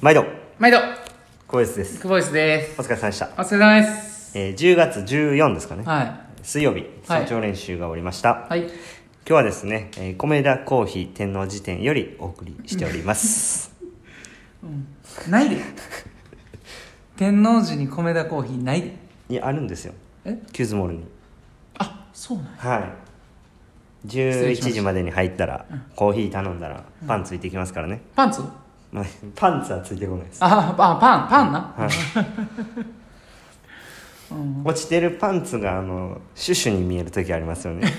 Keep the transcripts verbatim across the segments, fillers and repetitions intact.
毎度毎度小林です。 久保井です。 お疲れ様でした。 お疲れ様です。 えー、じゅうがつじゅうよっかですかね、 はい、 水曜日早朝練習が終わりました。 はい、 今日はですね、えー、米田コーヒー天王寺店よりお送りしております、 うん、ないで天王寺に米田コーヒーないで。 いや、あるんですよ。 えキューズモールに。 あ、そうなんや。 はい、じゅういちじまでに入ったら、うん、コーヒー頼んだらパンついてきますからね。 パンツ？ まあ、パンツはついてこないです。 ああ、パンパンな、はいうん、落ちてるパンツがあのシュシュに見える時ありますよね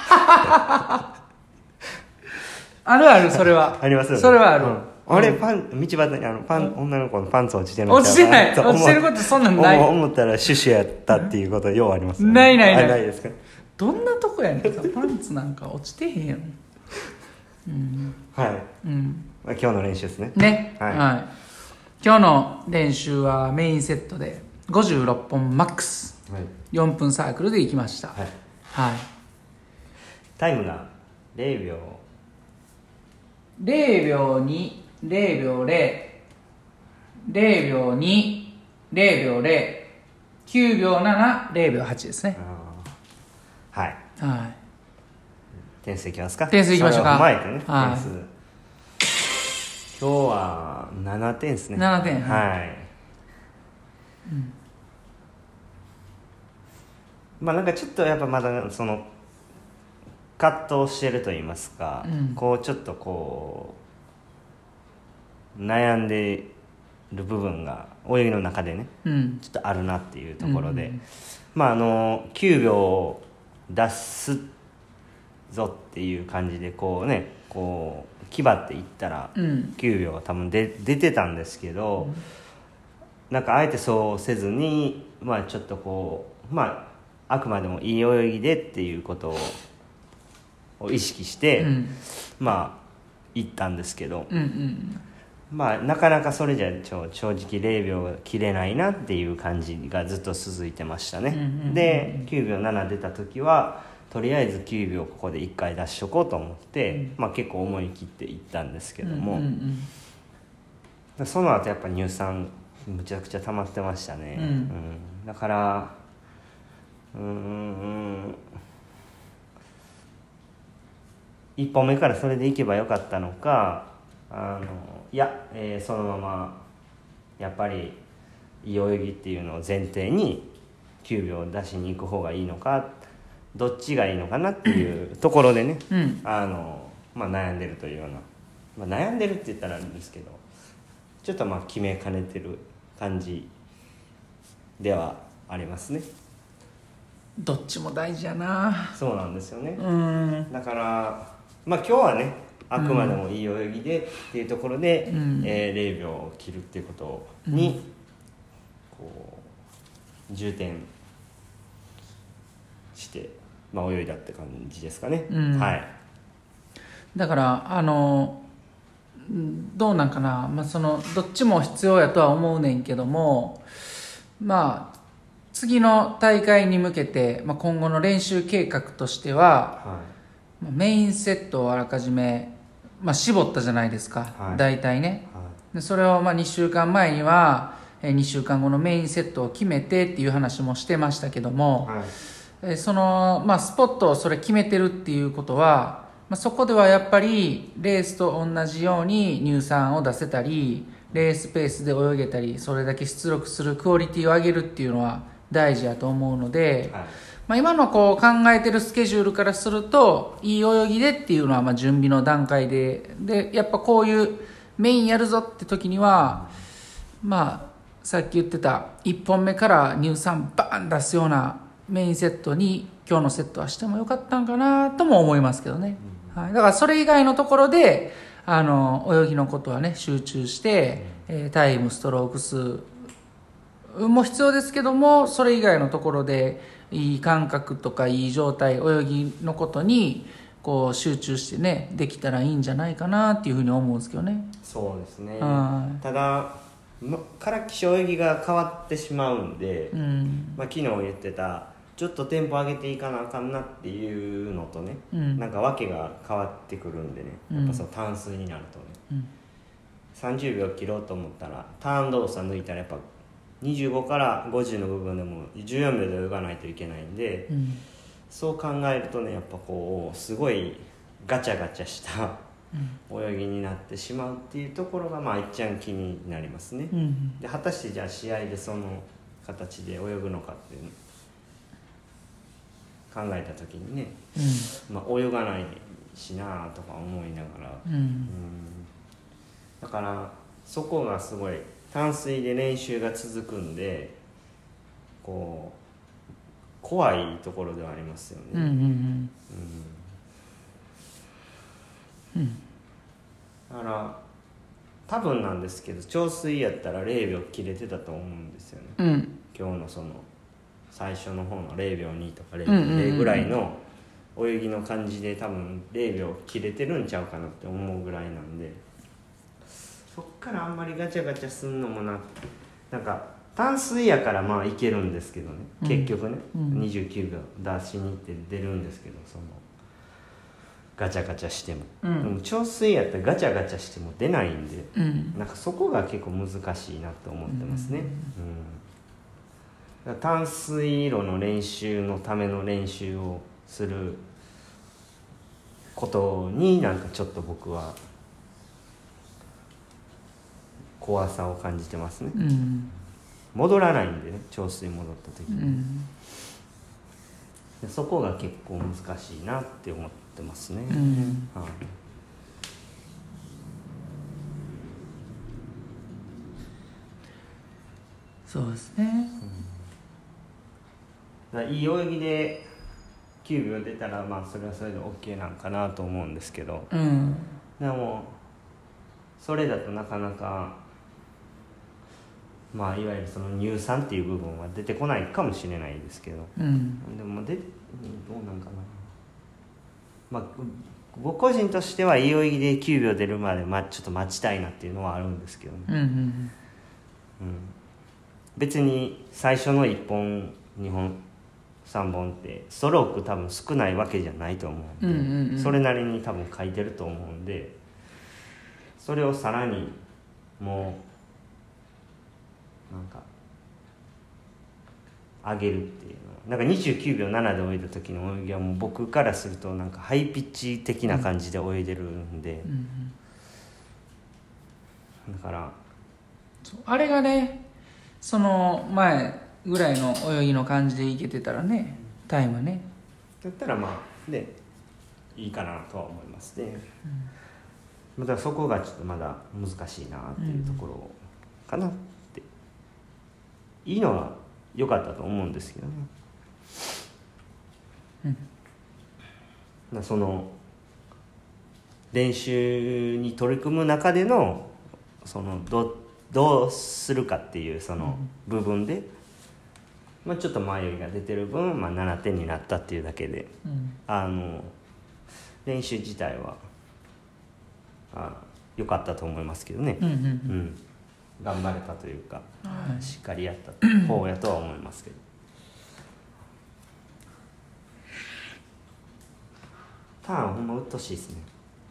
あるある、それはありますよね。 それはある、うん、 あれ、パン道端にあのパン、うん、女の子のパンツ落ちてるの落ちてない落ちてることそんなんない。 思ったらシュシュやったっていうことようありますよね。 ないないない。 ないですか。 どんなとこやねんパンツなんか落ちてへんやん、うん、 はい、 うん、 まあ、今日の練習ですね。 ね、 はい、 はい、今日の練習はメインセットでごじゅうろっぽんマックス、はい、よんぷんサークルで行きました。はい、はい、タイムがれいびょうれいびょうに、れいびょうゼロ、れいびょうに、れいびょうゼロ、きゅうびょうなな、れいびょうはちですね。 はい、はい、点数いきますか。 点数いきましょうか。 踏まえてね、 はい、 点数今日はななてんですね。 ななてん、 はい、うん、まあなんかちょっとやっぱまだその葛藤してると言いますか、うん、こうちょっとこう悩んでる部分が泳ぎの中でね、うん、ちょっとあるなっていうところで、うん、まああのきゅうびょう出すぞっていう感じでこうね、こう気張っていったらきゅうびょうは多分で出てたんですけど、うん、なんかあえてそうせずに、まあちょっとこうまああくまでもいい泳ぎでっていうことを意識して、うん、まあ行ったんですけど、うんうん、まあなかなかそれじゃ正直れいびょうが切れないなっていう感じがずっと続いてましたね、うんうんうん、できゅうびょうなな出た時はとりあえずきゅうびょうここでいっかい出しとこうと思って、うん、まあ、結構思い切っていったんですけども、うんうんうん、その後やっぱ乳酸むちゃくちゃ溜まってましたね、うんうん、だからうーんいっぽんめからそれでいけばよかったのか、あのいや、えー、そのままやっぱりいい泳ぎっていうのを前提にきゅうびょう出しに行く方がいいのか、どっちがいいのかなっていうところでね、うん、あのまあ、悩んでるというような、まあ、悩んでるって言ったらあるんですけど、ちょっとまあ決めかねてる感じではありますね。 どっちも大事やな。 そうなんですよね、 うん、 だからまあ今日はねあくまでもいい泳ぎでっていうところで、うん、えー、れいびょうを切るっていうことに、うん、こう重点して、まあ、泳いだって感じですかね、うん、はい。 だからあのどうなんかな、まあ、そのどっちも必要やとは思うねんけども、まあ次の大会に向けて、まあ、今後の練習計画としては、はい、メインセットをあらかじめ、まあ、絞ったじゃないですか、はい、大体ね、はい、でそれをまあにしゅうかんまえにはにしゅうかんごのメインセットを決めてっていう話もしてましたけども、はい、その、まあ、スポットをそれ決めてるっていうことは、まあ、そこではやっぱりレースと同じように乳酸を出せたりレースペースで泳げたりそれだけ出力するクオリティを上げるっていうのは大事やと思うので、はい、まあ、今のこう考えてるスケジュールからするといい泳ぎでっていうのはまあ準備の段階ででやっぱこういうメインやるぞって時にはまあさっき言ってたいっぽんめから乳酸バーン出すようなメインセットに今日のセットはしてもよかったんかなとも思いますけどね、うん、はい、だからそれ以外のところであの泳ぎのことはね集中して、うん、えー、タイムストローク数も必要ですけどもそれ以外のところでいい感覚とかいい状態泳ぎのことにこう集中してねできたらいいんじゃないかなっていうふうに思うんですけどね。 そうですね、ただから気象泳ぎが変わってしまうんで、うん、まあ、昨日言ってたちょっとテンポ上げていかなあかんなっていうのとね、うん、なんか訳が変わってくるんでね、やっぱその淡水になるとね、うん、 さんじゅうびょう切ろうと思ったらターン動作抜いたらやっぱにじゅうごからごじゅうの部分でもじゅうよんびょうで泳がないといけないんで、うん、そう考えるとねやっぱこうすごいガチャガチャした泳ぎになってしまうっていうところがまあ一番気になりますね、うん、で果たしてじゃあ試合でその形で泳ぐのかっていうの考えた時にね、うんまあ、泳がないしなとか思いながら、うんうん、だからそこがすごい淡水で練習が続くんでこう怖いところではありますよね、うんうんうんうん、だから多分なんですけど長水やったられいびょう切れてたと思うんですよね、うん、今日のその最初の方のれいびょうにとかれいびょうぜろぐらいの泳ぎの感じで多分れいびょう切れてるんちゃうかなって思うぐらいなんでそっからあんまりガチャガチャすんのもななんか淡水やからまあいけるんですけどね、うん、結局ね、うん、にじゅうきゅうびょう出しに行って出るんですけどそのガチャガチャしても、うん、でも長水やったらガチャガチャしても出ないんで、うん、なんかそこが結構難しいなと思ってますね、うんうん、淡水路の練習のための練習をすることになんかちょっと僕は怖さを感じてますね、うん、戻らないんでね長水戻った時に、うん、でそこが結構難しいなって思ってますね、うんはい、 そうですね、 うん、だいい泳ぎできゅうびょう出たらまあそれはそれで OK なんかなと思うんですけど、うん、でもそれだとなかなかまあいわゆるその乳酸っていう部分は出てこないかもしれないですけど、うん、でもでどうなんかなまあ僕個人としてはいい泳ぎできゅうびょう出るまで、まあ、ちょっと待ちたいなっていうのはあるんですけどね、うんうんうん、別に最初のいっぽんにほんさんぼんってストローク多分少ないわけじゃないと思うんで、うんうんうん、それなりに多分書いてると思うんでそれをさらにもうなんか上げるっていうのなんかにじゅうきゅうびょうななで泳いだ時の泳ぎはもう僕からするとなんかハイピッチ的な感じで泳いでるんで、うんうん、だからあれがねその前ぐらいの泳ぎの感じでいけてたらねタイムねだったらまあねいいかなとは思いますね、うん、だからそこがちょっとまだ難しいなっていうところかなって、うん、いいのは良かったと思うんですけどね、うん、その練習に取り組む中でのその ど, どうするかっていうその部分で、まあ、ちょっと迷いが出てる分、まあ、ななてんになったっていうだけで、うん、あの練習自体はあ良かったと思いますけどね、うんうんうんうん、頑張れたというか、はい、しっかりやった方やとは思いますけどターンほんまうっとしいですね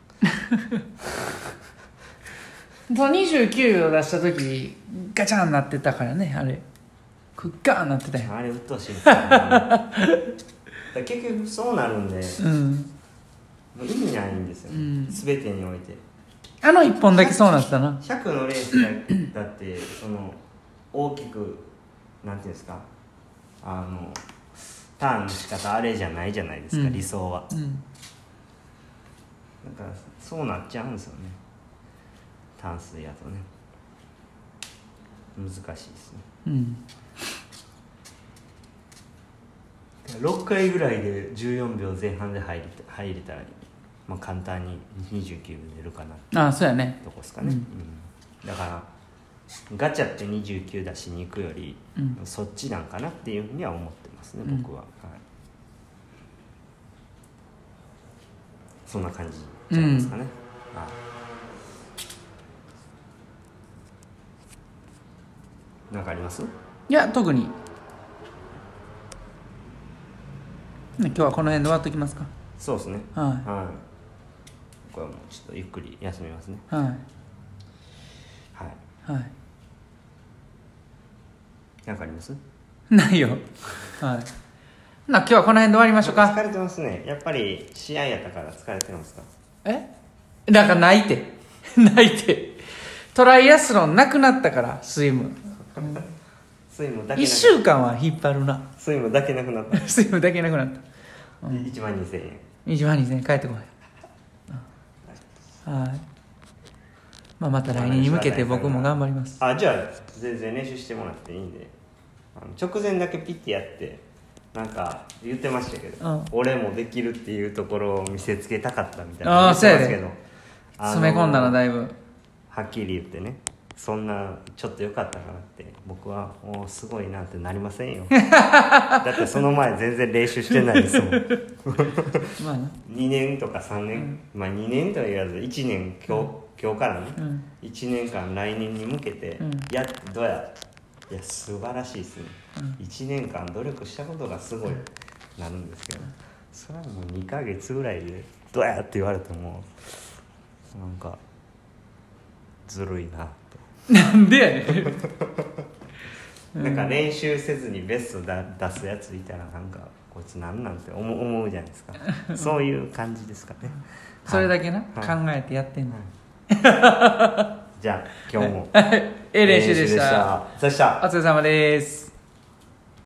にじゅうきゅうびょう出した時ガチャンなってたからねあれクッガーンなってたよあれうっとしいですね結局そうなるんで、うん、もう意味ないんですよね、うん、全てにおいてあのいっぽんだけそうなったなひゃくのレースだだってその大きくなんていうんですかあのターンの仕方あれじゃないじゃないですか、うん、理想は、うん、だからそうなっちゃうんですよね淡水やとね難しいですね、うん、ろっかいぐらいでじゅうよんびょうぜん半で入れ入れたら、まあ、簡単ににじゅうきゅうびょう出るかなってああそうやねとこですかね、うんうん、だからガチャってにじゅうきゅう出しに行くより、うん、そっちなんかなっていうふうには思ってますね僕は、うんはい、そんな感じじゃないですかね、うんはいなんかあります？ いや特に今日はこの辺で終わっておきますか。 そうですねはい、はい、これはもうちょっとゆっくり休みますね。はいはいなんかあります？ ないよ。はい。な今日はこの辺で終わりましょうか。 疲れてますね。やっぱり試合やったから疲れてますか？ えだから泣いて泣いてトライアスロンなくなったからスイム、うん、 スイムだけいっしゅうかんは引っ張るな。 スイムだけなくなった。 スイムだけなくなった、 うん、いちまんにせんえんいちまんにせんえん返ってこい、うん、はい、まあ、また来年に向けて僕も頑張ります。 あじゃあ全然練習してもらっていいんで、あの直前だけピッてやってなんか言ってましたけど、うん、俺もできるっていうところを見せつけたかったみたいな言ってますけど、 詰め込んだなだいぶ。 はっきり言ってね、そんなちょっと良かったかなって僕はもうすごいなってなりませんよだってその前全然練習してないですもんまあにねんとかさんねん、うん、まあにねんとは言わずいちねん今日、うん、今日からね、うん、いちねんかん来年に向けてやってどうやいや素晴らしいですね、うん、いちねんかん努力したことがすごいなるんですけど、それはもうにかげつぐらいでどうやって言われてもなんかずるいなと。 なんでやねんなんか練習せずにベストだ出すやついたらなんかこいつなんなんて 思, 思うじゃないですかそういう感じですかねそれだけな、はい、考えてやってんの、 はい、じゃあ今日もええ練習でした。 そしたお疲れ様です。